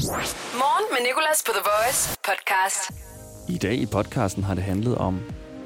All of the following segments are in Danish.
Morgen med Nicolas på The Voice podcast. I dag i podcasten har det handlet om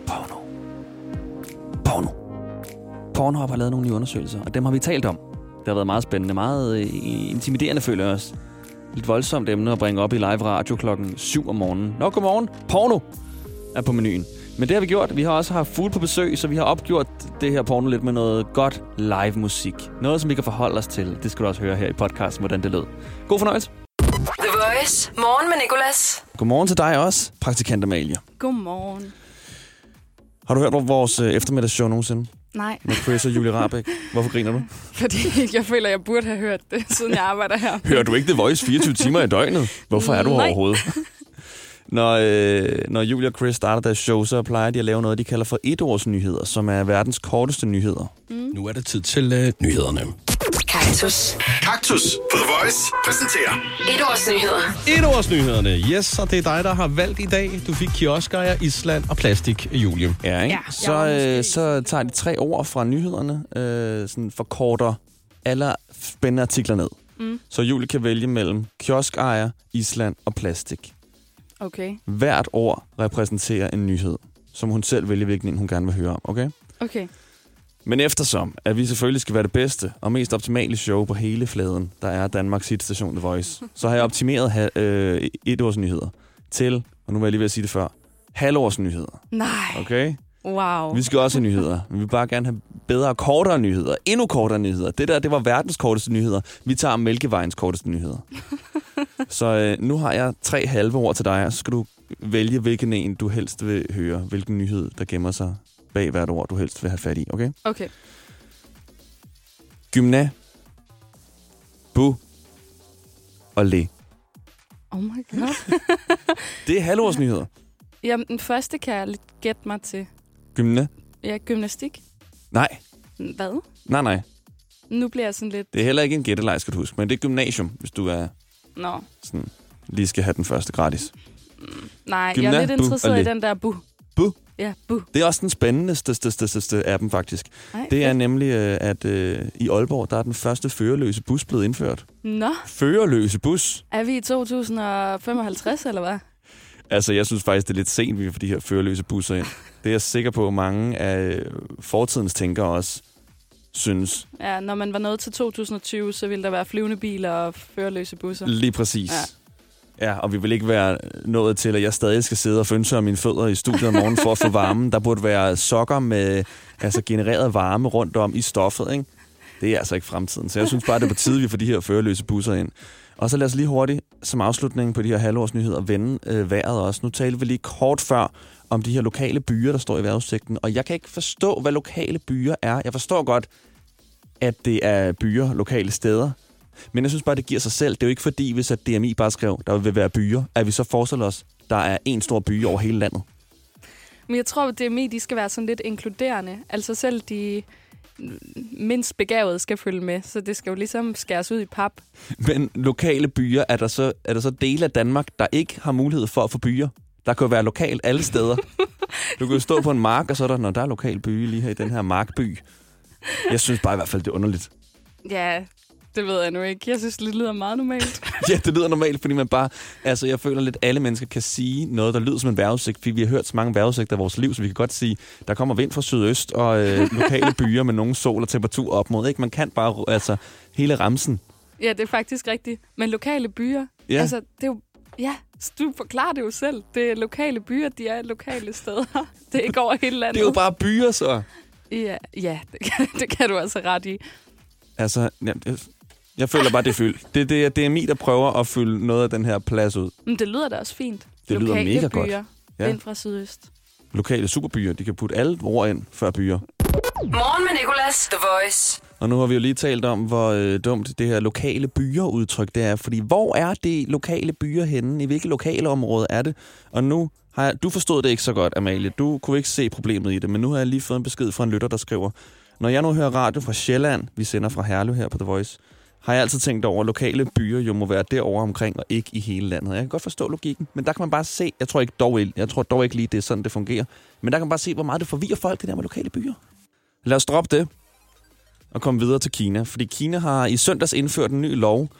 porno. Pornhub har lavet nogle nye undersøgelser, og dem har vi talt om. Det har været meget spændende, meget intimiderende, føler jeg også. Lidt voldsomt emne at bringe op i live radio klokken 7 om morgenen. Nå, godmorgen. Porno er på menuen. Men det har vi gjort. Vi har også haft fugle på besøg, så vi har opgjort det her porno lidt med noget godt live musik. Noget, som vi kan forholde os til. Det skal du også høre her i podcasten, hvordan det lød. God fornøjelse. The Voice. Morgen med Nicolas. Godmorgen til dig også, praktikant Amalie. Godmorgen. Har du hørt vores eftermiddagsshow nogensinde? Nej. Med Chris og Julie Rahbek. Hvorfor griner du? Fordi jeg føler, jeg burde have hørt det, siden jeg arbejder her. Hører du ikke The Voice 24 timer i døgnet? Hvorfor er du overhovedet? Når Julie og Chris starter deres show, så plejer de at lave noget, de kalder for etårsnyheder, som er verdens korteste nyheder. Nu er det tid til nyhederne. Kaktus på The Voice præsenterer Etårsnyheder. Etårsnyhederne. Yes, og det er dig, der har valgt i dag. Du fik kioskejer, Island og plastik, Julie. Ja, ikke? Ja, så tager de 3 ord fra nyhederne, sådan forkorter alle spændende artikler ned. Så Julie kan vælge mellem kioskejer, Island og plastik. Okay. Hvert ord repræsenterer en nyhed, som hun selv vælger, hvilken en hun gerne vil høre om, okay? Okay. Men eftersom, at vi selvfølgelig skal være det bedste og mest optimale show på hele fladen, der er Danmarks hitstation The Voice, så har jeg optimeret etårsnyheder til, og nu var jeg lige ved at sige det før, halvårsnyheder. Nej. Okay? Wow. Vi skal også have nyheder. Vi vil bare gerne have bedre og kortere nyheder. Endnu kortere nyheder. Det var verdens korteste nyheder. Vi tager Mælkevejens korteste nyheder. Så nu har jeg 3 halve ord til dig, og så skal du vælge, hvilken en du helst vil høre. Hvilken nyhed, der gemmer sig bag hvert ord, du helst vil have fat i. Okay? Okay. Gymna, bu og le. Oh my god. Det er halvårsnyheder. Jamen, den første kan jeg lidt gætte mig til. Gymna? Ja, gymnastik. Nej. Hvad? Nej. Nu bliver jeg sådan lidt... Det er heller ikke en gætteleg, skal du huske. Men det er gymnasium, hvis du er Nå. sådan, lige skal have den første gratis. Nej, Gymna, jeg er lidt bu interesseret og i le. den der bu. Bu? Ja, bu. Det er også den spændendeste af dem, faktisk. Ej, Det er fedt. nemlig, at i Aalborg, der er den første førerløse bus blevet indført. Nå, Førerløse bus? er vi i 2055, eller hvad? Altså, jeg synes faktisk, det er lidt sent, vi får de her førerløse busser ind. Det er jeg sikker på, at mange af fortidens tænkere også synes. Ja, når man var nået til 2020, så ville der være flyvende biler og førerløse busser. Lige præcis. Ja, og vi vil ikke være nået til, at jeg stadig skal sidde og fønsøre mine fødder i studiet om morgenen for at få varmen. Der burde være sokker med genereret varme rundt om i stoffet, ikke? Det er altså ikke fremtiden. Så jeg synes bare, det er på tide, vi får de her førerløse busser ind. Og så lad os lige hurtigt, som afslutning på de her halvårsnyheder, vende vejret også. Nu talte vi lige kort før om de her lokale byer, der står i vejrudsigten. Og jeg kan ikke forstå, hvad lokale byer er. Jeg forstår godt, at det er byer, lokale steder. Men jeg synes bare, det giver sig selv. Det er jo ikke fordi, hvis at DMI bare skrev, der vil være byer, at vi så forestiller os, der er en stor by over hele landet. Men jeg tror, at DMI, de skal være sådan lidt inkluderende. Altså selv de mindst begavede skal følge med, så det skal jo ligesom skæres ud i pap. Men lokale byer, er der så dele af Danmark, der ikke har mulighed for at få byer? Der kan jo være lokalt alle steder. Du kan jo stå på en mark, og så er der er lokal by lige her i den her markby. Jeg synes bare i hvert fald, det er underligt. Ja, det ved jeg nu ikke. Jeg synes, det lyder meget normalt. Ja, det lyder normalt, fordi man bare... Altså, jeg føler lidt, at alle mennesker kan sige noget, der lyder som en vejrudsigt, fordi vi har hørt så mange vejrudsigter i vores liv, så vi kan godt sige, der kommer vind fra sydøst, og lokale byer med nogen sol og temperatur op mod, ikke? Man kan bare, hele ramsen. Ja, det er faktisk rigtigt. Men lokale byer, Ja. altså, det er jo... Ja, du forklarer det jo selv. Det er lokale byer, de er lokale steder. Det er ikke over hele landet. Det er jo bare byer, så. Ja, det kan du altså ret i. Altså, jeg føler bare, det er fyldt. Det er DMI, der prøver at fylde noget af den her plads ud. Men det lyder da også fint. Det lyder lokale mega byer, godt. Ja. Vind fra sydøst. Lokale superbyer, de kan putte alle ord ind før byer. Morgen med Nicolas, The Voice. Og nu har vi jo lige talt om, hvor dumt det her lokale byer-udtryk det er. Fordi hvor er det lokale byer henne? I hvilke lokale områder er det? Og nu har du forstod det ikke så godt, Amalie. Du kunne ikke se problemet i det, men nu har jeg lige fået en besked fra en lytter, der skriver, når jeg nu hører radio fra Sjælland, vi sender fra Herlev her på The Voice, har jeg altid tænkt over, at lokale byer jo må være derovre omkring, og ikke i hele landet. Jeg kan godt forstå logikken, men der kan man bare se, jeg tror dog ikke lige, det er sådan, det fungerer, men der kan man bare se, hvor meget det forvirrer folk, det der med lokale byer. Lad os droppe det og komme videre til Kina, fordi Kina har i søndags indført en ny lov,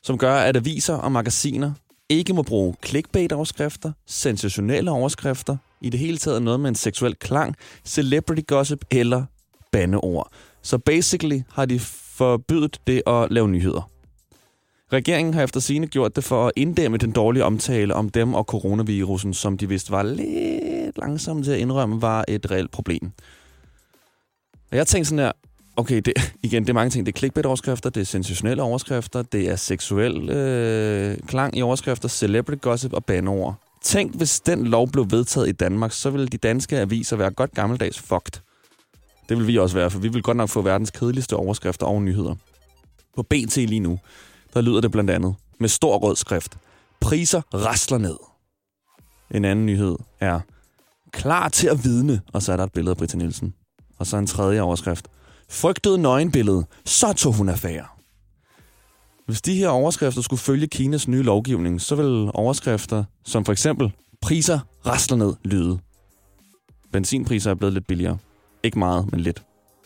som gør, at aviser og magasiner ikke må bruge clickbait-overskrifter, sensationelle overskrifter, i det hele taget noget med en seksuel klang, celebrity gossip eller bandeord. Så basically har de forbydet det at lave nyheder. Regeringen har efter sigende gjort det for at inddæmme den dårlige omtale om dem og coronavirusen, som de vidste var lidt langsomme til at indrømme, var et reelt problem. Og jeg tænkte sådan her, okay, det er mange ting. Det er clickbait-overskrifter, det er sensationelle overskrifter, det er seksuel klang i overskrifter, celebrity gossip og bandeord. Tænk, hvis den lov blev vedtaget i Danmark, så ville de danske aviser være godt gammeldags fucked. Det vil vi også være, for vi vil godt nok få verdens kedeligste overskrifter og nyheder. På BT lige nu, der lyder det blandt andet med stor rød skrift. Priser rasler ned. En anden nyhed er klar til at vidne, og så er der et billede af Britta Nielsen. Og så en tredje overskrift. Frygtede nøgenbillede, så tog hun affære. Hvis de her overskrifter skulle følge Kinas nye lovgivning, så vil overskrifter som for eksempel priser rasler ned lyde. Benzinpriser er blevet lidt billigere. Ikke meget, men lidt.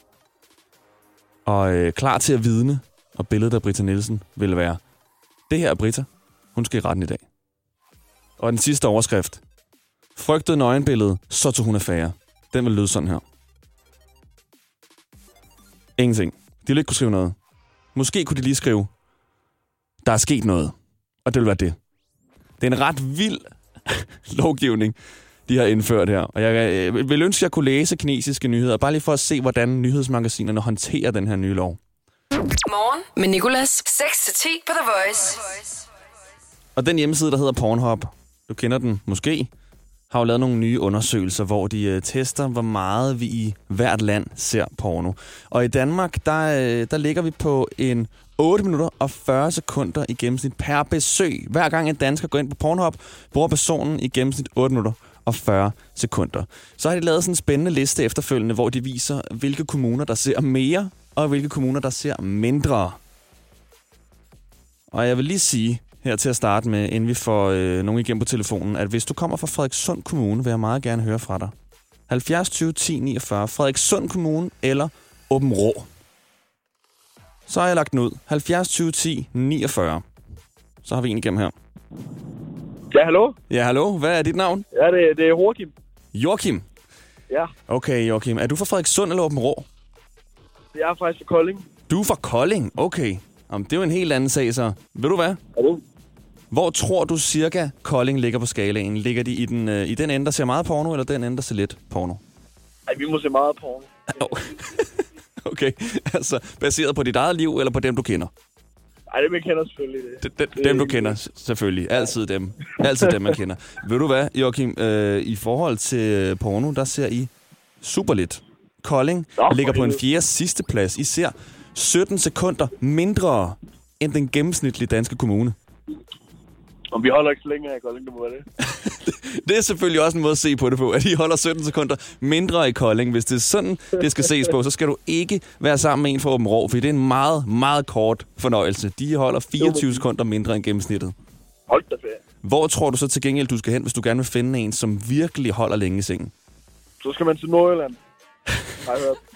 Og klar til at vidne, og billedet af Britta Nielsen vil være, det her er Britta, hun skal i retten i dag. Og den sidste overskrift. Frygtede nøgenbillede, så tog hun affære. Den vil lyde sådan her. Ingenting. De ville ikke kunne skrive noget. Måske kunne de lige skrive, der er sket noget. Og det vil være det. Det er en ret vild lovgivning, de har indført her. Og jeg vil ønske, at jeg kunne læse kinesiske nyheder, bare lige for at se, hvordan nyhedsmagasinerne håndterer den her nye lov. Morgen med Nicolas. 6-10 på The Voice. Og den hjemmeside, der hedder Pornhub, du kender den måske, har jo lavet nogle nye undersøgelser, hvor de tester, hvor meget vi i hvert land ser porno. Og i Danmark, der ligger vi på en 8 minutter og 40 sekunder i gennemsnit per besøg. Hver gang en dansker går ind på Pornhub, bruger personen i gennemsnit 8 minutter og 40 sekunder. Så har de lavet sådan en spændende liste efterfølgende, hvor de viser, hvilke kommuner, der ser mere, og hvilke kommuner, der ser mindre. Og jeg vil lige sige her til at starte med, inden vi får nogen igennem på telefonen, at hvis du kommer fra Frederikssund Kommune, vil jeg meget gerne høre fra dig. 70 20 10 49, Frederikssund Kommune eller Aabenraa. Så har jeg lagt den ud. 70 20 10 49. Så har vi en igennem her. Ja, hallo? Ja, hallo. Hvad er dit navn? Ja, det er Joachim. Joachim? Ja. Okay, Joachim. Er du fra Frederikssund eller Aabenraa? Jeg er faktisk fra Kolding. Du er fra Kolding? Okay. Jamen, det er jo en helt anden sag, så. Ved du hvad? Hallo? Hvor tror du cirka Kolding ligger på skalaen? Ligger de i den ende, der ser meget porno, eller den ende, der ser lidt porno? Ej, vi må se meget porno. Okay. Altså, baseret på dit eget liv, eller på dem, du kender? Ej, dem jeg kender selvfølgelig. Dem, du kender, selvfølgelig. Altid dem. Altid dem, man kender. Ved du hvad, Joachim? I forhold til porno, der ser I super lidt. Kolding ligger på en 4. sidste plads. I ser 17 sekunder mindre end den gennemsnitlige danske kommune. Og vi holder ikke så længe af Kolding, det må være det. Det er selvfølgelig også en måde at se på det på, at I holder 17 sekunder mindre i Kolding. Hvis det er sådan, det skal ses på, så skal du ikke være sammen med en fra Aabenraa, for det er en meget, meget kort fornøjelse. De holder 24 sekunder mindre end gennemsnittet. Hold da ferie. Hvor tror du så til gengæld, du skal hen, hvis du gerne vil finde en, som virkelig holder længe i sengen? Så skal man til Nordjylland. Har jeg hørt.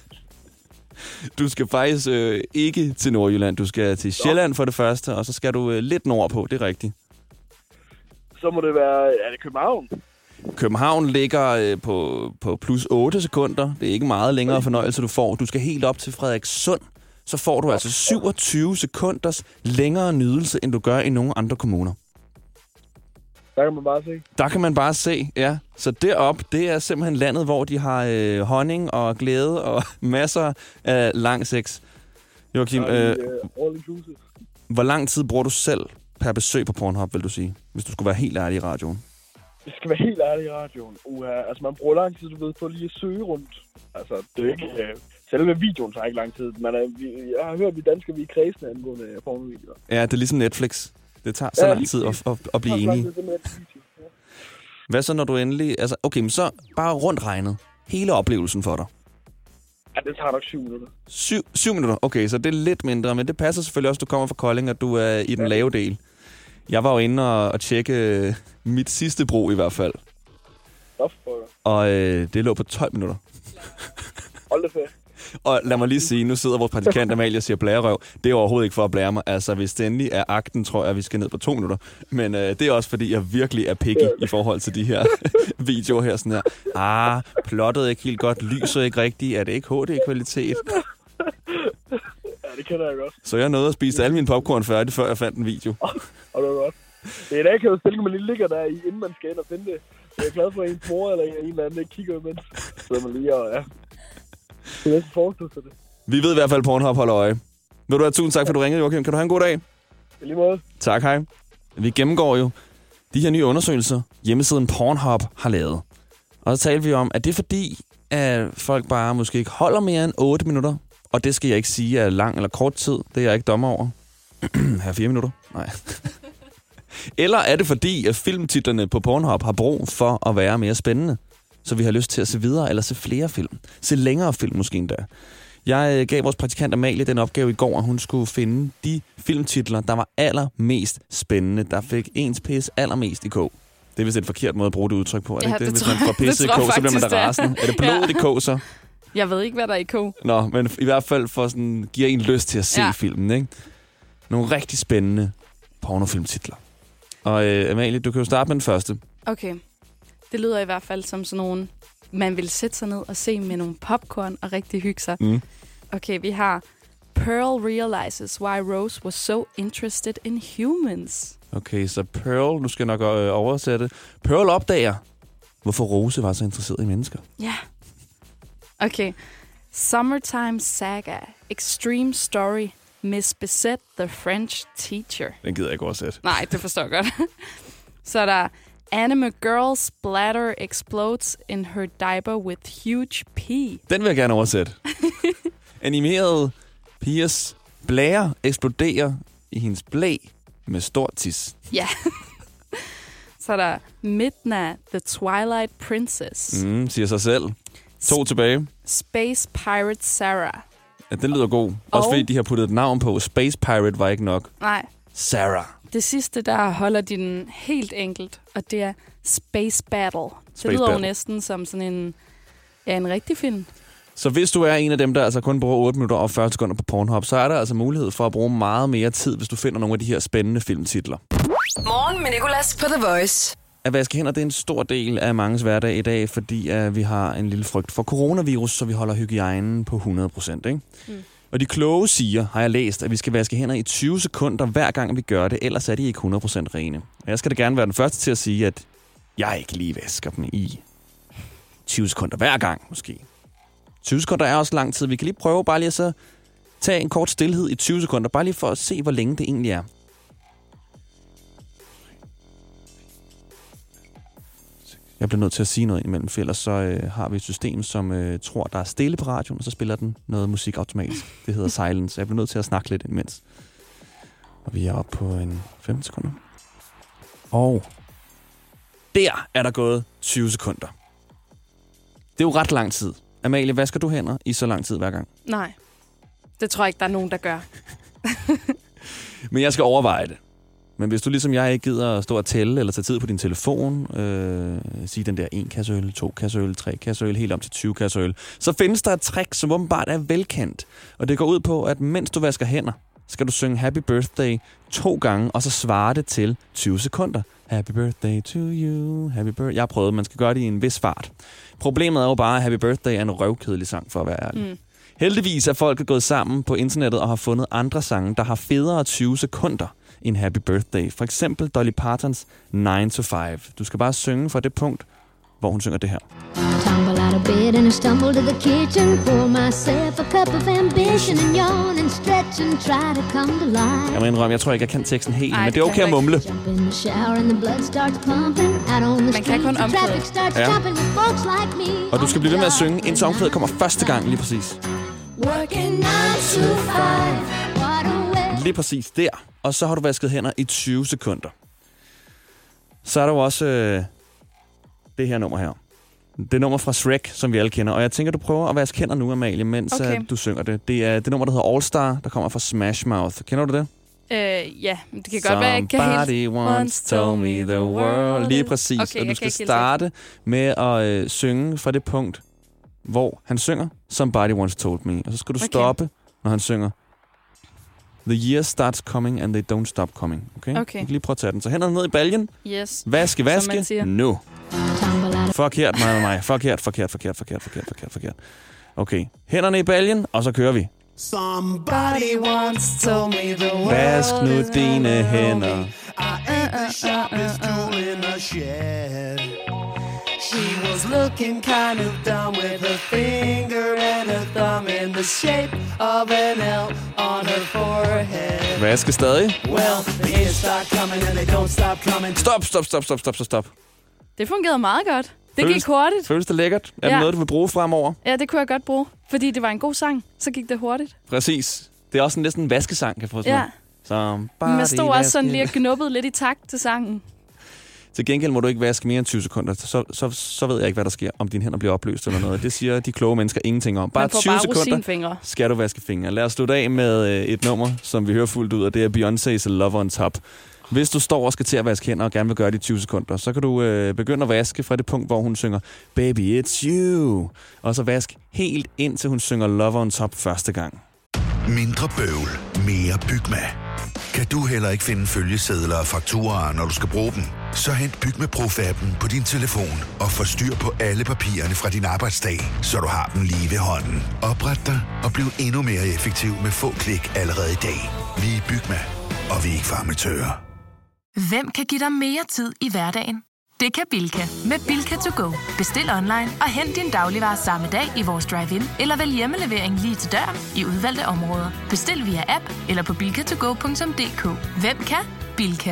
Du skal faktisk ikke til Nordjylland. Du skal til Sjælland for det første, og så skal du lidt nordpå, det er rigtigt. Så må det være... Er det København? København ligger på plus 8 sekunder. Det er ikke meget længere fornøjelse, du får. Du skal helt op til Frederikssund. Så får du altså 27 sekunders længere nydelse, end du gør i nogle andre kommuner. Der kan man bare se. Der kan man bare se, ja. Så derop, det er simpelthen landet, hvor de har honning og glæde og masser af lang sex. Joachim, hvor lang tid bruger du selv per besøg på Pornhub, vil du sige? Hvis du skulle være helt ærlig i radioen. Det skal være helt ærlig i radioen. Altså, man bruger lang tid, du ved, på lige at søge rundt. Altså, det er ikke... Selve videoen tager ikke lang tid. Jeg har hørt, at vi danskere, vi er kredsende angående pornovideoer. Ja, det er ligesom Netflix. Det tager så lang tid at blive enige. Hvad så, når du endelig... Altså, okay, men så bare rundt regnet. Hele oplevelsen for dig. Ja, det tager nok 7 minutter. 7 minutter? Okay, så det er lidt mindre, men det passer selvfølgelig også, at du kommer fra Kolding, at du er i den lave del. Jeg var jo inde og tjekke mit sidste bro i hvert fald. Og det lå på 12 minutter. Hold da ferie. Og lad mig lige sige, nu sidder vores praktikant Amalie og siger blærerøv. Det er overhovedet ikke for at blære mig. Altså, hvis det endelig er akten, tror jeg, vi skal ned på 2 minutter. Men det er også, fordi jeg virkelig er picky i forhold til de her videoer her. Sådan her. Plottet er ikke helt godt. Lyser ikke rigtigt. Er det ikke HD-kvalitet? Ja, det kender jeg godt. Så jeg nåede at spise alle mine popcorn færdig, før jeg fandt en video. Og det var godt. Det er en akavet stilling, man lige ligger der i, inden man skal ind og finde det. Jeg er glad for, at ens mor eller en eller anden ikke kigger imens. Så man lige og det er næsten forestille sig det. Vi ved i hvert fald, at Pornhub holder øje. Vil du have tusind tak, for du ringede, Joachim. Kan du have en god dag? I lige måde. Tak, hej. Vi gennemgår jo de her nye undersøgelser, hjemmesiden Pornhub har lavet. Og så taler vi om, at det er fordi, at folk bare måske ikke holder mere end 8 minutter. Og det skal jeg ikke sige er lang eller kort tid. Det er jeg ikke dommer over. Her 4 minutter? Nej. Eller er det fordi, at filmtitlerne på Pornhub har brug for at være mere spændende? Så vi har lyst til at se videre eller se flere film. Se længere film måske endda. Jeg gav vores praktikant Amalie den opgave i går, at hun skulle finde de filmtitler, der var allermest spændende. Der fik ens pis allermest i kog. Det er vist et forkert måde at bruge det udtryk på. Er det ikke det? Hvis man får pisse i kog, så bliver man da rasende. Er det blodet i kog så? Jeg ved ikke, hvad der er i kog. Nå, men i hvert fald for sådan, giver en lyst til at se filmen, ikke? Nogle rigtig spændende pornofilmtitler. Og Amalie, du kan jo starte med den første. Okay. Det lyder i hvert fald som sådan nogle, man vil sætte sig ned og se med nogle popcorn og rigtig hygge sig. Okay, vi har Pearl realizes why Rose was so interested in humans. Okay, så Pearl, nu skal jeg nok oversætte. Pearl opdager, hvorfor Rose var så interesseret i mennesker. Ja. Okay. Summertime Saga. Extreme Story. Miss Bissette, the French teacher. Den gider jeg ikke oversætte. Nej, det forstår jeg godt. Så er der Anime Girl splatter explodes in her diaper with huge pee. Den vil jeg gerne oversætte. Animerede pigers blære eksploderer i hendes blæ med stor tis. Ja. Så er der Midna, the Twilight Princess. Siger sig selv. 2 tilbage. Space Pirate Sarah. Ja, den lyder god. Også fordi de har puttet et navn på. Space Pirate var ikke nok. Nej. Sarah. Det sidste, der holder de den helt enkelt, og det er Space Battle. Det lyder jo næsten som sådan en rigtig film. Så hvis du er en af dem, der altså kun bruger 8 minutter og 40 sekunder på Pornhub, så er der altså mulighed for at bruge meget mere tid, hvis du finder nogle af de her spændende filmtitler. Morgen med Nicolas på The Voice. At vaske hænder, det er en stor del af manges hverdag i dag, fordi vi har en lille frygt for coronavirus, så vi holder hygiejnen på 100%, ikke? Og de kloge siger, har jeg læst, at vi skal vaske hænder i 20 sekunder, hver gang vi gør det, ellers er de ikke 100% rene. Og jeg skal da gerne være den første til at sige, at jeg ikke lige vasker dem i 20 sekunder hver gang, måske. 20 sekunder er også lang tid. Vi kan lige prøve bare lige at så tage en kort stilhed i 20 sekunder, bare lige for at se, hvor længe det egentlig er. Jeg bliver nødt til at sige noget imellem, for ellers så har vi et system, som tror, der er stille på radioen, og så spiller den noget musik automatisk. Det hedder silence. Jeg bliver nødt til at snakke lidt imens. Og vi er oppe på en 15 sekunder. Og der er der gået 20 sekunder. Det er jo ret lang tid. Amalie, vasker du hænder i så lang tid hver gang? Nej, det tror jeg ikke, der er nogen, der gør. Men jeg skal overveje det. Men hvis du ligesom jeg ikke gider at stå og tælle eller tage tid på din telefon, sige den der 1 kasse øl, 2 kasse øl, 3 kasse øl, helt om til 20 kasse øl, så findes der et trick, som åbenbart er velkendt. Og det går ud på, at mens du vasker hænder, skal du synge Happy Birthday 2 gange, og så svare det til 20 sekunder. Happy birthday to you, happy birthday. Jeg har prøvet, man skal gøre det i en vis fart. Problemet er jo bare, at Happy Birthday er en røvkedelig sang, for at være ærlig. Heldigvis er folk gået sammen på internettet og har fundet andre sange, der har federe 20 sekunder end Happy Birthday. For eksempel Dolly Partons 9 to 5. Du skal bare synge fra det punkt, hvor hun synger det her. Tumble out of bed and I stumble to the kitchen, pour myself a cup of ambition and yawn and stretch and try to come to life. Jeg må indrømme, jeg tror ikke, jeg kan teksten helt, men det er okay at mumle. Man kan kun omkvæde. Ja. Og du skal blive ved med at synge, indtil omkvædet kommer første gang, lige præcis. Lige præcis der. Og så har du vasket hænder i 20 sekunder. Så er der jo også det her nummer her. Det er nummer fra Shrek, som vi alle kender. Og jeg tænker, du prøver at vaske hænder nu, Amalie, mens du synger det. Det er det nummer, der hedder All Star, der kommer fra Smash Mouth. Kender du det? Ja, det kan godt være, jeg kan helt... Somebody once told me the world. Lige præcis. Okay, og du skal starte med at synge fra det punkt, hvor han synger Somebody Once Told Me. Og så skal du stoppe, når han synger The year starts coming, and they don't stop coming. Okay? Du kan lige prøve at tage den. Så hænderne ned i baljen. Yes. Vaske. Nu. Forkert, mig. Forkert. Okay. Hænderne i baljen, og så kører vi. Somebody once told me the world Vask nu dine hænder. the sharpest tool in the shed. She was looking kind of dumb with a finger and a thumb in the shape of an L on her forehead. Vaske stadig. Well, the years start coming and they don't stop coming. Stop. Det fungerede meget godt. Det gik hurtigt. Føles det lækkert? Er det noget, du vil bruge fremover? Ja, det kunne jeg godt bruge. Fordi det var en god sang, så gik det hurtigt. Præcis. Det er også næsten en vaskesang, kan jeg forstå. Ja. Men jeg stod også sådan lige og knuppede lidt i takt til sangen. Til gengæld må du ikke vaske mere end 20 sekunder. Så ved jeg ikke, hvad der sker, om dine hænder bliver opløst eller noget. Det siger de kloge mennesker ingenting om. Bare 20 sekunder skal du vaske fingre. Lad os slutte af med et nummer, som vi hører fuldt ud, og det er Beyoncé's Love on Top. Hvis du står og skal til at vaske hænder og gerne vil gøre det i 20 sekunder, så kan du begynde at vaske fra det punkt, hvor hun synger Baby It's You. Og så vask helt ind til hun synger Love on Top første gang. Mindre bøvl, mere Bygma. Kan du heller ikke finde følgesedler og fakturaer, når du skal bruge dem? Så hent Bygma Pro-appen på din telefon og få styr på alle papirerne fra din arbejdsdag, så du har dem lige ved hånden. Opret dig og bliv endnu mere effektiv med få klik allerede i dag. Vi er Bygma, og vi er ikke farmatører. Hvem kan give dig mere tid i hverdagen? Det kan Bilka. Med Bilka to go. Bestil online og hent din dagligvarer samme dag i vores drive-in, eller vælg hjemmelevering lige til døren i udvalgte områder. Bestil via app eller på bilkatogo.dk. Hvem kan? Bilka.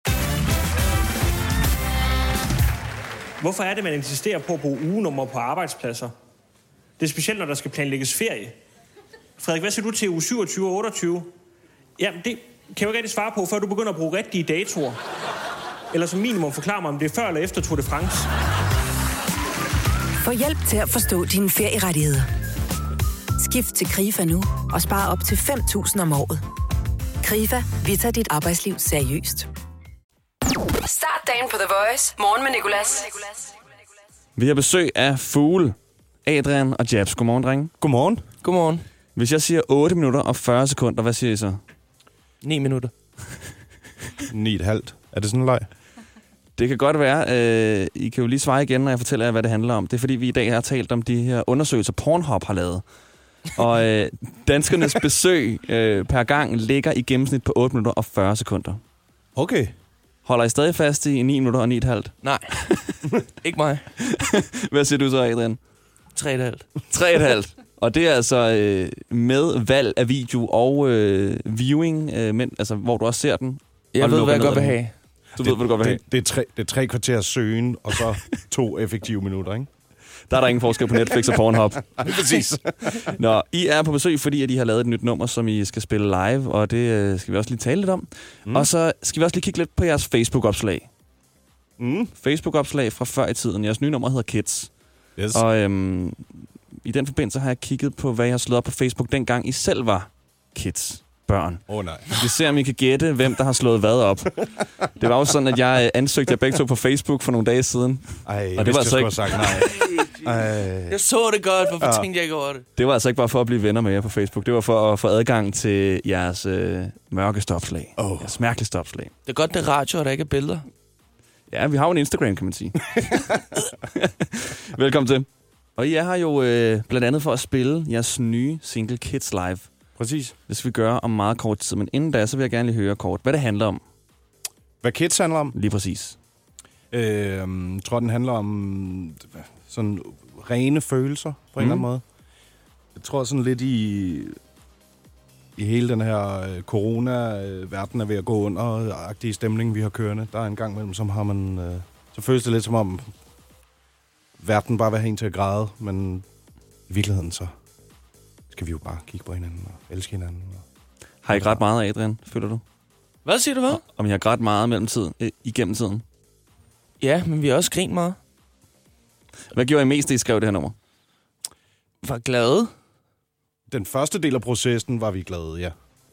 Hvorfor er det, man insisterer på at bruge ugenummer på arbejdspladser? Det er specielt, når der skal planlægges ferie. Frederik, hvad siger du til uge 27 og 28? Jamen, det kan jeg jo ikke rigtig svare på, før du begynder at bruge rigtige datoer. Eller som minimum forklare mig, om det er før eller efter Tour de France. Få hjælp til at forstå dine ferierettigheder. Skift til KRIFA nu og spar op til 5.000 om året. KRIFA, vi tager dit arbejdsliv seriøst. Start dagen på The Voice. Morgen med Nicolas. Vi har besøg af Fugle, Adrian og Jabs. Godmorgen, drenge. Godmorgen. Hvis jeg siger 8 minutter og 40 sekunder, hvad siger I så? 9 minutter. 9,5. Er det sådan en leg? Det kan godt være. I kan jo lige svare igen, når jeg fortæller jer, hvad det handler om. Det er fordi, vi i dag har talt om de her undersøgelser, Pornhub har lavet. Og danskernes besøg per gang ligger i gennemsnit på 8 minutter og 40 sekunder. Okay. Holder I stadig fast i 9 minutter og 9,5? Nej, ikke mig. Hvad siger du så, Adrian? 3,5. 3,5. Og det er altså med valg af video og viewing, men, altså, hvor du også ser den. Jeg ved, hvad jeg godt vil have. Du ved, hvad du godt vil have. Det er 3 kvarter søgen, og så 2 effektive minutter, ikke? Der er der ingen forskel på Netflix og Pornhub. Præcis. Nå, I er på besøg, fordi at I har lavet et nyt nummer, som I skal spille live, og det skal vi også lige tale lidt om. Og så skal vi også lige kigge lidt på jeres Facebook-opslag. Facebook-opslag fra før i tiden. Jeres nye nummer hedder Kids. Yes. Og i den forbindelse har jeg kigget på, hvad jeg har slået op på Facebook, dengang I selv var kids. Børn. Nej. Vi ser, om I kan gætte, hvem der har slået hvad op. Det var jo sådan, at jeg ansøgte jer begge to på Facebook for nogle dage siden. Og det var altså ikke... Sagt nej. Jeg så det godt, hvorfor tænkte jeg ikke over det? Det var altså ikke bare for at blive venner med jer på Facebook. Det var for at få adgang til jeres mørkeste opslag. Jeres mærkeligste opslag. Det er godt, det er radio, og der ikke er billeder. Ja, vi har jo en Instagram, kan man sige. Velkommen til. Og I er her jo blandt andet for at spille jeres nye single Kids Live. Præcis. Det skal vi gøre om meget kort tid. Men inden da, så vil jeg gerne lige høre kort, hvad det handler om. Hvad Kids handler om? Lige præcis. Jeg tror, den handler om sådan rene følelser på en eller anden måde. Jeg tror sådan lidt i hele den her corona-verden er ved at gå under-agtige stemning, vi har kørende. Der er en gang imellem, som har man... så føles det lidt som om verden bare vil have en til at græde, men i virkeligheden så skal vi jo bare kigge på hinanden og elske hinanden. Har I grædt meget, Adrian, føler du? Hvad siger du, hvad? Om I har grædt meget igennem tiden? Ja, men vi har også grint meget. Hvad gjorde I mest, da I skrev det her nummer? Var glade. Den første del af processen var vi glade, ja.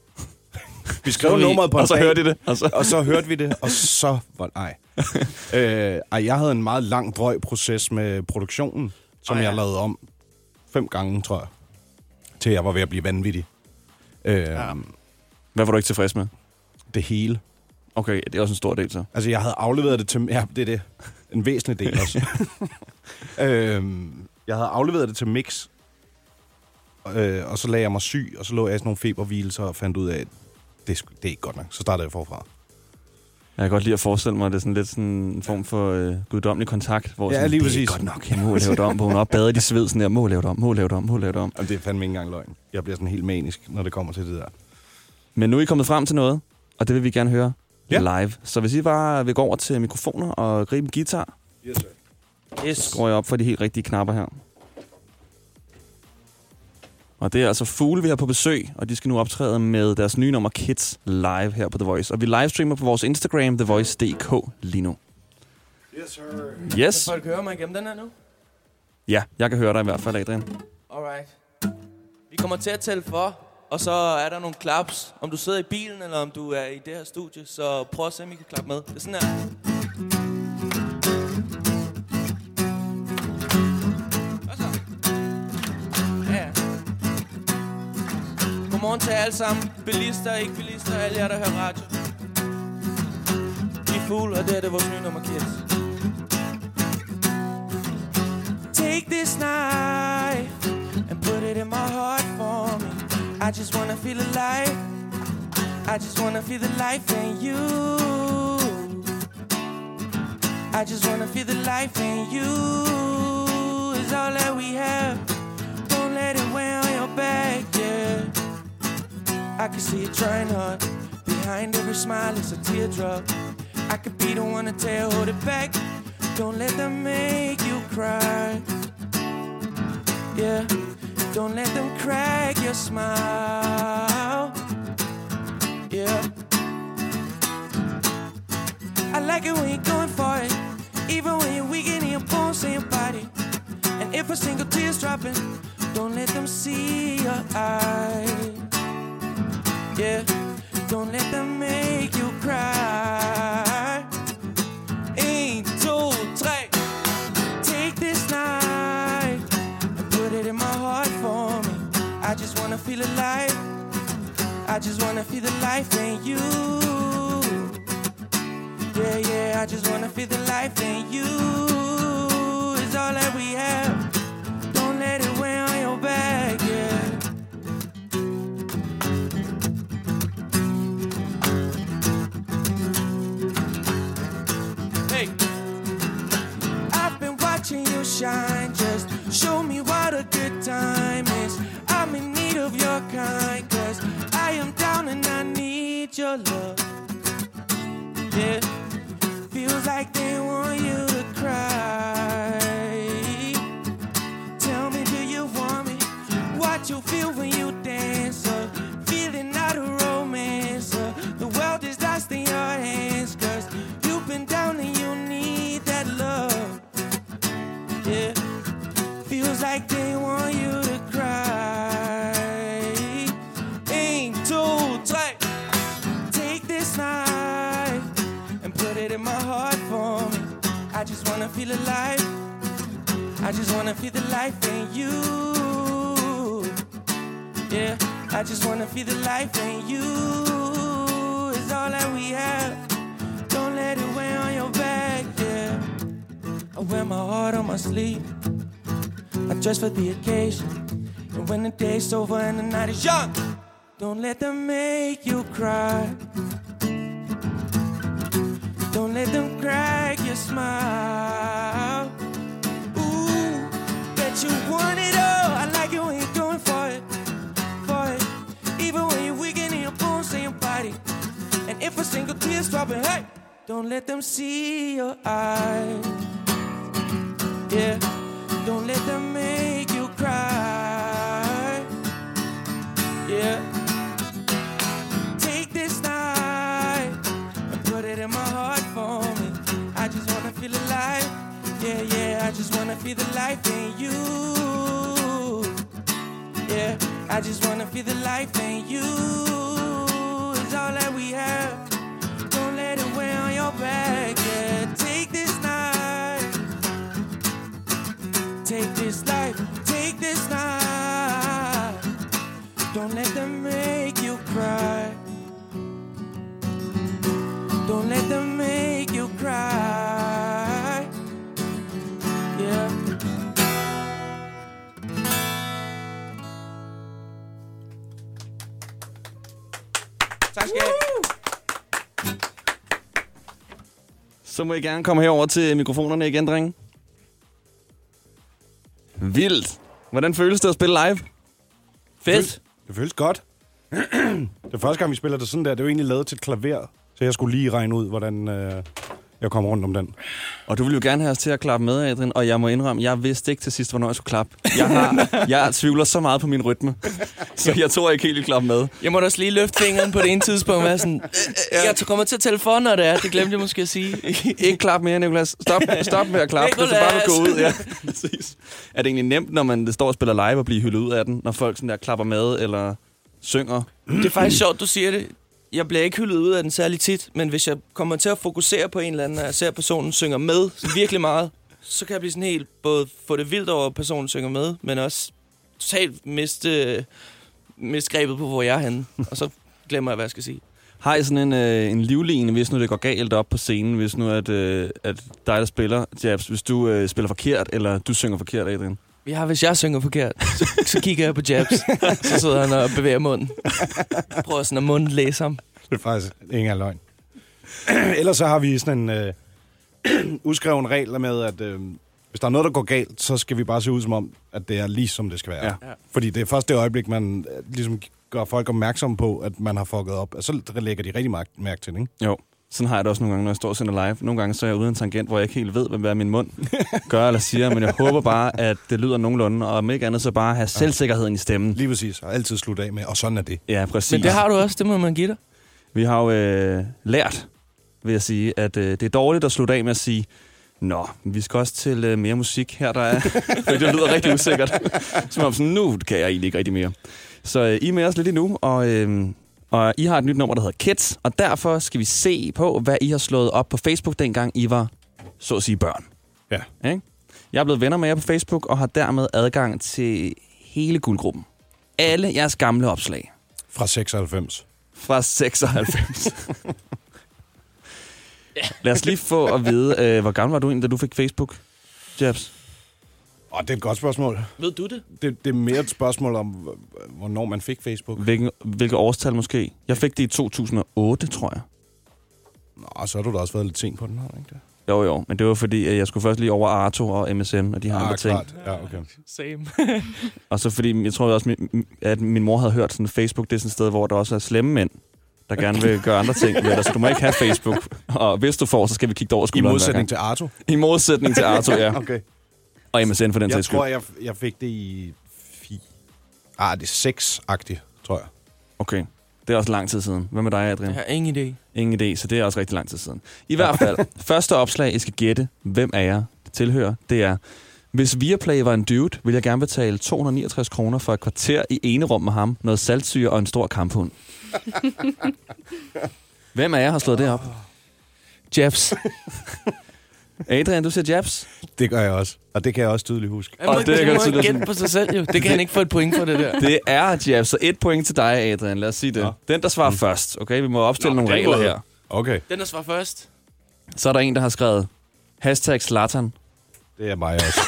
Vi skrev nummeret på en og så dag, hørte I det. Og så hørte vi det, og så var jeg havde en meget lang drøj proces med produktionen, som jeg lavede om 5 gange, tror jeg. Til jeg var ved at blive vanvittig. Hvad var du ikke tilfreds med? Det hele. Okay, det er også en stor del så. Altså, jeg havde afleveret det til... Ja, det er det. En væsentlig del også. Jeg havde afleveret det til Mix. Og så lagde jeg mig syg, og så lå jeg i sådan nogle feberhvielser og fandt ud af, at det er ikke godt nok. Så startede jeg forfra. Jeg kan godt lide at forestille mig, at det er sådan lidt sådan en form for guddommelig kontakt, hvor ja, sådan, lige det præcis. er godt nok, jeg må lave det om, vågne op, bade i sved, sådan der, må lave det om. Jamen, det er fandme ikke engang løgn. Jeg bliver sådan helt manisk, når det kommer til det der. Men nu er I kommet frem til noget, og det vil vi gerne høre live. Så hvis I bare vil gå over til mikrofoner og gribe en guitar, Yes. så skruer jeg op for de helt rigtige knapper her. Og det er altså Fugle, vi har på besøg, og de skal nu optræde med deres nye nummer Kids live her på The Voice. Og vi livestreamer på vores Instagram, TheVoice.dk lige nu. Yes, sir. Yes. Kan folk høre mig igennem den her nu? Ja, jeg kan høre dig i hvert fald, Adrian. Alright. Vi kommer til at tælle for, og så er der nogle klaps. Om du sidder i bilen, eller om du er i det her studie, så prøv at se, om I kan klappe med. Det er sådan her. Godmorgen til alle sammen. Bilister, ikke bilister, alle jer, der hører radio. Vi er Fugle, og det er det vores nye nummer Kids. Take this knife and put it in my heart for me. I just wanna feel alive. I just wanna feel the life in you. I just wanna feel the life in you. Is all that we have. Don't let it weigh on your back, yeah. I can see you trying hard. Behind every smile is a teardrop. I could be the one to tell, hold it back. Don't let them make you cry. Yeah, don't let them crack your smile. Yeah, I like it when you're going for it, even when you're weak in your bones and your body. And if a single tear's dropping, don't let them see your eyes. Yeah, don't let them make you cry. 1, 2, 3. Take this knife and put it in my heart for me. I just wanna feel alive. I just wanna feel the life in you. Yeah, yeah, I just wanna feel the life in you. It's all that we have. Don't let it weigh on your back, yeah. Hey, I've been watching you shine. Just show me what a good time is. I'm in need of your kind, 'cause I am down and I need your love. Yeah, feels like they want you to cry. Tell me, do you want me? What you feel when you dance? Feeling out of romance. The world is lost in your hands, 'cause you've been down and you need that love. Yeah, feels like they want you to cry. 1, 2, 3. Take this knife and put it in my heart for me. I just wanna feel alive. I just wanna feel the life in you. Yeah, I just wanna feel the life in you. It's all that we have. Don't let it weigh on your back, yeah. I wear my heart on my sleeve. I dress for the occasion. And when the day's over and the night is young, don't let them make you cry. Don't let them crack your smile. Ooh, bet you want it all. I like it when you're going for it, for it. Even when you're weak in your bones and your body. And if a single tear's dropping, hey, don't let them see your eyes. Yeah, don't let them make you cry. Yeah, take this knife and put it in my heart for me. I just wanna feel alive. Yeah, yeah, I just wanna feel the life in you. Yeah, I just wanna feel the life in you. It's all that we have. Don't let it weigh on your back. Yeah, take this knife. Take this life. Take this knife. Så må I gerne komme herover til mikrofonerne igen, drenge. Vildt. Hvordan føles det at spille live? Fedt. Det føles godt. Det første gang, vi spiller det sådan der, det er jo egentlig lavet til et klaver. Så jeg skulle lige regne ud, hvordan jeg kom rundt om den. Og du ville jo gerne have os til at klappe med, Adrian. Og jeg må indrømme, jeg vidste ikke til sidst, hvornår jeg skulle klappe. Jeg tvivler så meget på min rytme. Så jeg tror ikke helt, at klappe med. Jeg måtte også lige løfte fingeren på det ene tidspunkt. Være sådan, jeg kommer til at tælle for, når det er. Det glemte jeg måske at sige. Ikke klap mere, Nicolas. Stop med at klappe. Det er bare at gå ud. Ja, præcis. Er det egentlig nemt, når man står og spiller live og bliver hyldet ud af den? Når folk sådan der klapper med eller synger? Det er faktisk sjovt, du siger det. Jeg bliver ikke hyldet ud af den særlig tit, men hvis jeg kommer til at fokusere på en eller anden, og jeg ser, at personen synger med virkelig meget, så kan jeg blive sådan helt, både få det vildt over, at personen synger med, men også totalt miste grebet på, hvor jeg er henne. Og så glemmer jeg, hvad jeg skal sige. Har I sådan en livline, hvis nu det går galt op på scenen, hvis nu at dig, der spiller, Jabs, hvis du spiller forkert, eller du synger forkert, Adrian? Ja, hvis jeg synger forkert, så kigger jeg på Jabs. Så sidder han og bevæger munden. Prøver sådan at munden læse ham. Det er faktisk ingen af løgn. Ellers så har vi sådan en udskreven regel med, at hvis der er noget, der går galt, så skal vi bare se ud som om, at det er lige som det skal være. Ja. Fordi det er først det øjeblik, man ligesom gør folk opmærksom på, at man har fucket op. Og så lægger de rigtig mærke til det, ikke? Jo. Sådan har jeg det også nogle gange, når jeg står og sender live. Nogle gange så er jeg ude af en tangent, hvor jeg ikke helt ved, hvad min mund gør eller siger. Men jeg håber bare, at det lyder nogenlunde. Og om ikke andet, så bare have selvsikkerheden i stemmen. Lige præcis. Og altid slutte af med, og sådan er det. Ja, præcis. Men det har du også, det må man give dig. Vi har jo lært, vil jeg sige, at det er dårligt at slutte af med at sige, nå, vi skal også til mere musik her, der er. Det lyder rigtig usikkert. Som om sådan, nu kan jeg egentlig ikke rigtig mere. Så I er med os lidt endnu, og I har et nyt nummer, der hedder Kids, og derfor skal vi se på, hvad I har slået op på Facebook, dengang I var, så at sige, børn. Ja. Okay? Jeg er blevet venner med jer på Facebook, og har dermed adgang til hele guldgruppen. Alle jeres gamle opslag. Fra 96. Fra 96. Lad os lige få at vide, hvor gammel var du egentlig, da du fik Facebook, Jabs? Det er et godt spørgsmål. Ved du det? Det er mere et spørgsmål om, hvornår man fik Facebook. Hvilke årstal måske? Jeg fik det i 2008, tror jeg. Nå, så har du da også været lidt sent på den her, ikke det? Jo, men det var fordi, at jeg skulle først lige over Arto og MSN, og de har andre ting. Ja, okay. Same. Og så fordi, jeg tror også, at min mor havde hørt sådan, Facebook, det er sådan et sted, hvor der også er slemme mænd, der gerne vil gøre andre ting med dig, så du må ikke have Facebook. Og hvis du får, så skal vi kigge over skulderen. I modsætning til Arto? I modsætning til Arto, ja. Okay. Og MSN for den sags skyld. Jeg tror, jeg fik det i... det er 6-agtigt, tror jeg. Okay. Det er også lang tid siden. Hvad med dig, Adrian? Jeg har ingen idé. Ingen idé, så det er også rigtig lang tid siden. I hvert fald, første opslag, I skal gætte, hvem af jer det tilhører, det er: hvis Viaplay var en dude, ville jeg gerne betale 269 kroner for et kvarter i enerum med ham, noget saltsyre og en stor kamphund. Hvem af jer har slået det op? Jabs. Adrian, du siger Jabs? Det gør jeg også. Og det kan jeg også tydeligt huske. Og det må ikke gætte på sig selv, jo. Det kan han ikke få et point for, det der. Det er Jabs, så 1 point til dig, Adrian. Lad os sige det. Ja. Den, der svarer først. Okay, vi må opstille nogle regler her. Okay. Den, der svarer først. Så er der en, der har skrevet #Zlatan. Det er mig også.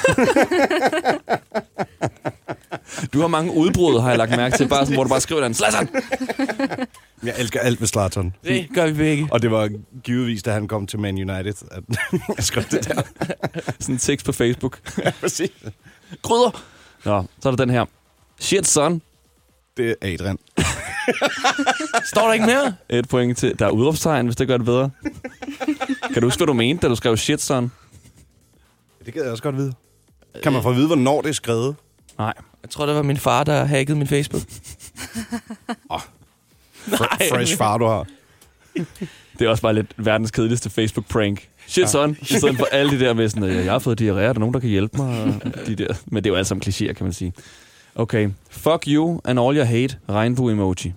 Du har mange udbrud, har jeg lagt mærke til, bare sådan, hvor du bare skriver den. Zlatan! Jeg elsker alt ved Zlatan. Det gør vi begge. Og det var givetvis, da han kom til Man United, at jeg skrev det der. Sådan en tekst på Facebook. Ja, præcis. Krydder! Nå, så er der den her. Shit, son. Det er Adrian. Står der ikke mere? 1 point til. Der er udråbstegn, hvis det gør det bedre. Kan du huske, hvad du mente, da du skrev shit, son? Det kan jeg også godt vide. Kan man få at vide, hvornår det er skrevet? Nej. Jeg tror, det var min far, der hackede min Facebook. Fresh far, du har. Det er også bare lidt verdens kedeligste Facebook-prank. Shit, son. I stedet for alle de der med sådan, jeg har fået diarré, er der nogen, der kan hjælpe mig? De der. Men det er jo alt sammen klichéer, kan man sige. Okay. Fuck you and all your hate. Regnbue-emoji.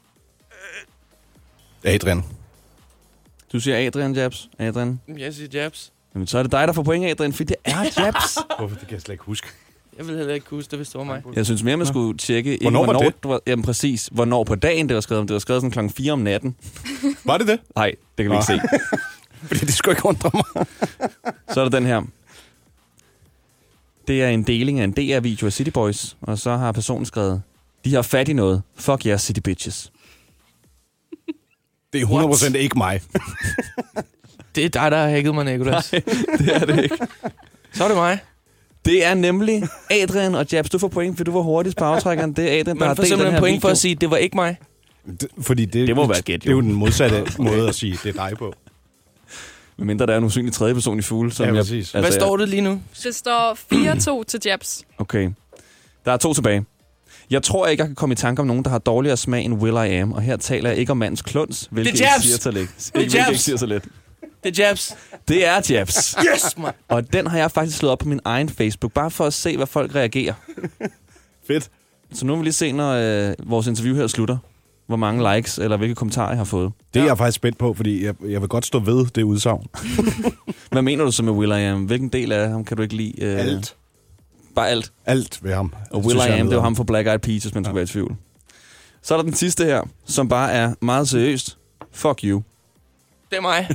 Adrian. Du siger Adrian, Jabs. Adrian. Jeg siger Jabs. Jamen, så er det dig, der får point, Adrian, for det er Jabs. Hvorfor? Det kan jeg slet ikke huske. Jeg vil heller ikke huske det, hvis det var mig. Jeg synes mere, man skulle tjekke... Hvornår var det? Jamen præcis. Hvornår på dagen det var skrevet. Det var skrevet sådan klokken 4 om natten. Var det det? Nej, det kan vi ikke se. Fordi det skulle ikke undre mig. Så er der den her. Det er en deling af en DR-video af City Boys, og så har personen skrevet: de har fat i noget. Fuck yes, City Bitches. Det er 100% ikke mig. Det er dig, der har hacket mig, Nicolas. Nej, det er det ikke. Så er det mig. Det er nemlig Adrian og Jabs. Du får point, for du var hurtigst på aftrækkeren. Det er Adrian, der har delt den her point video. for at sige, at det var ikke mig. Fordi det må være gæt, det er jo den modsatte måde at sige, det er dig på. Medmindre der er en usynlig tredje person i Fugle. Som Ja, præcis. Hvad står det lige nu? Det står 4-2 til Jabs. Okay. Der er 2 tilbage. Jeg tror ikke, jeg kan komme i tanke om nogen, der har dårligere smag end Will I Am. Og her taler jeg ikke om mandens kluns, hvilket ikke siger så lidt. Hvilket siger så lidt. Det er Jabs. Det er Jabs. Yes, man. Og den har jeg faktisk slået op på min egen Facebook, bare for at se, hvad folk reagerer. Fedt. Så nu vil vi lige se, når vores interview her slutter, hvor mange likes eller hvilke kommentarer jeg har fået. Det er jeg faktisk spændt på, fordi jeg vil godt stå ved det udsagn. Hvad mener du så med Will I Am? Hvilken del af ham kan du ikke lide? Alt. Bare alt? Alt ved ham. Og Will I Am, det var ham for Black Eyed Peas, hvis man skulle være i tvivl. Så er der den sidste her, som bare er meget seriøst. Fuck you. Det er mig.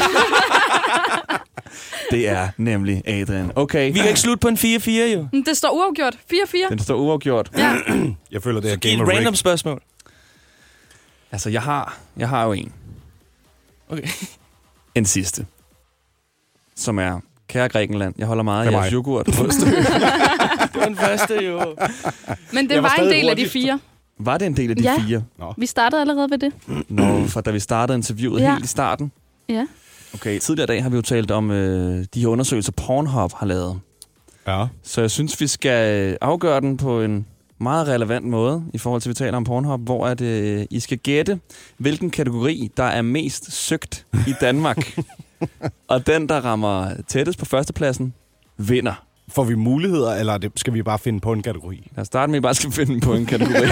Det er nemlig Adrian. Okay. Vi kan ikke slutte på en 4-4, jo. Det står uafgjort. 4-4. Den står uafgjort. Ja. Jeg føler, det er Game of random spørgsmål. Altså, jeg har jo en. Okay. En sidste. Som er, kære Grækenland, jeg holder meget af jeres yoghurt. Det var den første, jo. Men det var en del af de 4. Var det en del af de 4? Nå. Vi startede allerede ved det. Nå, for da vi startede interviewet helt i starten. Ja. Okay, tidligere i dag har vi jo talt om de her undersøgelser, Pornhub har lavet. Ja. Så jeg synes, vi skal afgøre den på en meget relevant måde, i forhold til, at vi taler om Pornhub, hvor at, I skal gætte, hvilken kategori, der er mest søgt i Danmark. Og den, der rammer tættest på førstepladsen, vinder. Får vi muligheder, eller skal vi bare finde på en kategori? Jeg starter med, at I bare skal finde på en kategori.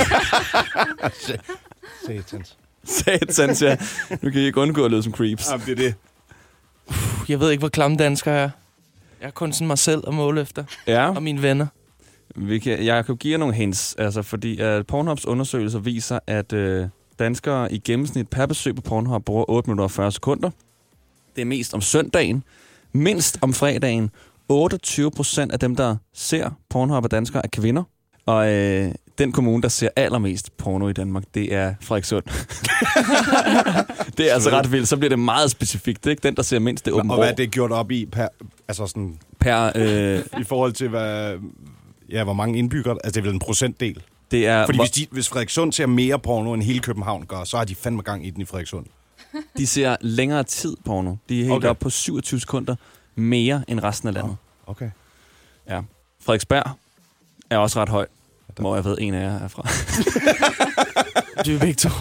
Satans. Satans, ja. Nu kan I ikke undgå at lyde som creeps. Jamen, det er det. Jeg ved ikke, hvor klamme dansker er. Jeg er kun sådan mig selv og måle efter. Ja. Og mine venner. Jeg kan give jer nogle hints, altså, fordi Pornhubs undersøgelser viser, at danskere i gennemsnit per besøg på Pornhub bruger 8 minutter og 40 sekunder. Det er mest om søndagen, mindst om fredagen. 28% af dem, der ser Pornhub af danskere, er kvinder. Og den kommune, der ser allermest porno i Danmark, det er Frederikssund. Det er altså ret vildt. Så bliver det meget specifikt. Det er ikke den, der ser mindst, det er Åben Rå. Og hvad er det gjort op i per... Altså sådan... I forhold til, hvor mange indbyggere... Altså, det er vel en procentdel. Det er... Fordi hvis Frederikssund ser mere porno, end hele København gør, så har de fandme gang i den i Frederikssund. De ser længere tid porno. De er helt op på 27 sekunder mere end resten af landet. Okay. Ja. Frederiksberg er også ret høj. Hvor jeg ved, en af jer er fra. Du er begge to.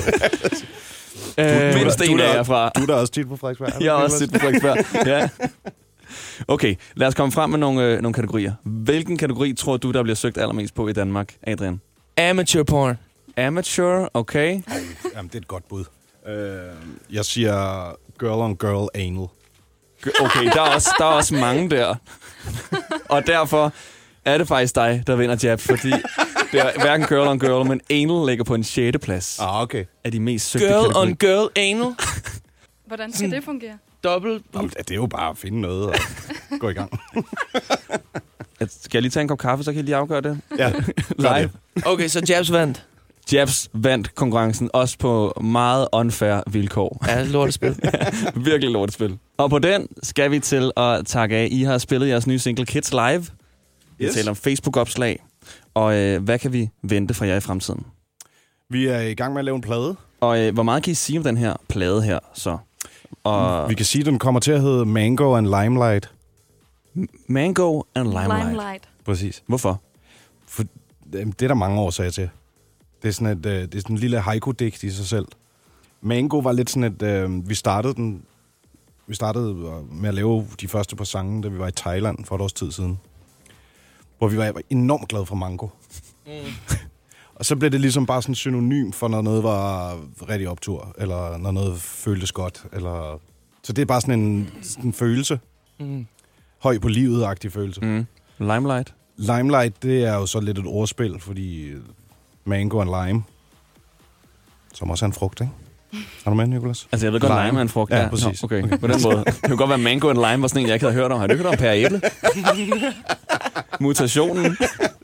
Mindst en af jer er fra. Du er da også tit på Frederiksberg. Jeg er også tit på Frederiksberg, ja. Okay, lad os komme frem med nogle kategorier. Hvilken kategori tror du, der bliver søgt allermest på i Danmark, Adrian? Amateur porn. Amateur, okay. Jamen, det er et godt bud. Jeg siger girl on girl anal. Okay, der er også mange der. Og derfor er det faktisk dig, der vinder Jab, fordi det er hverken girl on girl, men anal ligger på en 6. plads. Okay. Af de mest søgte girl kategorier. On girl anal. Hvordan skal det fungere? Dobbelt. Det er jo bare at finde noget og gå i gang. Skal jeg lige tage en kop kaffe, så kan jeg lige afgøre det? Ja, live. Okay, så Jabs vandt. Jabs vandt konkurrencen, også på meget unfair vilkår. Ja, lortespil. Virkelig lortespil. Og på den skal vi til at takke af. I har spillet jeres nye single Kids Live. Vi taler om Facebook-opslag. Og hvad kan vi vente fra jer i fremtiden? Vi er i gang med at lave en plade. Og hvor meget kan I sige om den her plade her, så? Og vi kan sige, at den kommer til at hedde Mango and Limelight. Mango and Limelight. Præcis. Hvorfor? For det er der mange årsager til. Det er sådan en lille haiku-digt i sig selv. Mango var lidt sådan et... Vi startede med at lave de første par sange, da vi var i Thailand for et års tid siden. Hvor vi var enormt glade for mango. Og så blev det ligesom bare sådan en synonym for, når noget var rigtig optur, eller når noget føltes godt. Eller... Så det er bare sådan en følelse. Høj på livet-agtig følelse. Limelight? Limelight, det er jo så lidt et ordspil, fordi mango and lime, som også er en frugt, ikke? Er du med, Nicolas? Altså, jeg ved godt, lime er en frugt. Ja, præcis. Okay, på den måde. Det kunne godt være, mango and lime var sådan en, jeg ikke havde hørt om. Har du hørt om pære æble? Mutationen.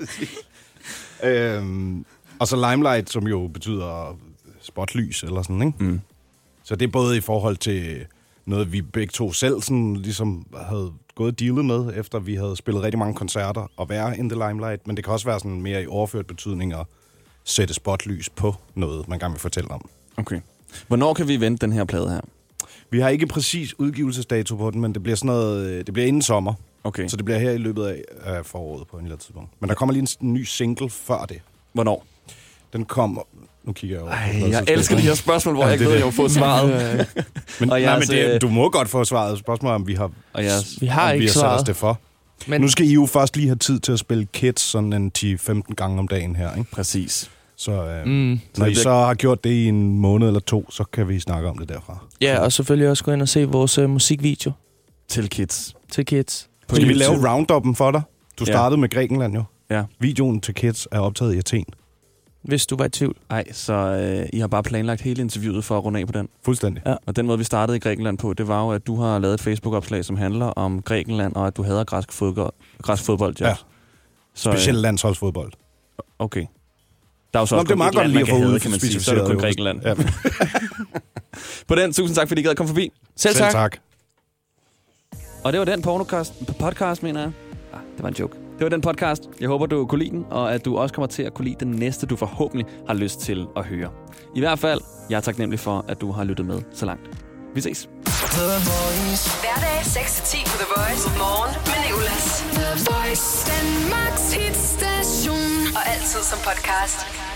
Og så limelight, som jo betyder spotlys eller sådan, ikke? Så det er både i forhold til noget, vi begge to selv sådan, ligesom havde gået dealet med, efter vi havde spillet rigtig mange koncerter og være in the limelight. Men det kan også være sådan mere i overført betydning at sætte spotlys på noget, man gerne vil fortælle om. Okay. Hvornår kan vi vente den her plade her? Vi har ikke præcis udgivelsesdato på den, men det bliver sådan noget, det bliver inden sommer. Okay. Så det bliver her i løbet af foråret på en eller anden tidspunkt. Men der kommer lige en ny single før det. Hvornår? Den kommer... Nu kigger jeg over. Jeg elsker de her spørgsmål, hvor jeg ikke ved, at jeg har fået svaret. Men du må godt få svaret. Spørgsmålet om vi har, vi har ikke sat os det for. Men nu skal I jo først lige have tid til at spille Kids sådan en 10-15 gange om dagen her, ikke? Præcis. Så når I så har gjort det i en måned eller 2, så kan vi snakke om det derfra. Ja, og selvfølgelig også gå ind og se vores musikvideo. Til Kids. Til Kids. Skal vi lave rounduppen for dig? Du startede med Grækenland jo. Ja. Videoen til Kids er optaget i Athen. Hvis du var i tvivl. Nej, så I har bare planlagt hele interviewet for at runde af på den. Fuldstændig. Ja. Og den måde, vi startede i Grækenland på, det var jo, at du har lavet et Facebook-opslag, som handler om Grækenland, og at du hader græsk fodbold. Ja. Specielt landsholdsfodbold. Okay. Der er jo så også det er meget godt lige at få ud, kan man sige. Så er det kun Grækenland. Ja. På den, tusind tak, fordi I gad at komme forbi. Selv tak. Og det var den podcast, mener jeg. Det var en joke. Det var den podcast. Jeg håber, du kunne lide den, og at du også kommer til at kunne lide den næste, du forhåbentlig har lyst til at høre. I hvert fald, jeg er taknemmelig for, at du har lyttet med så langt. Vi ses. Hverdag 6-10 på The Voice. Morgen med Nicolas. The Voice. Danmarks hitstation. Og altid som podcast.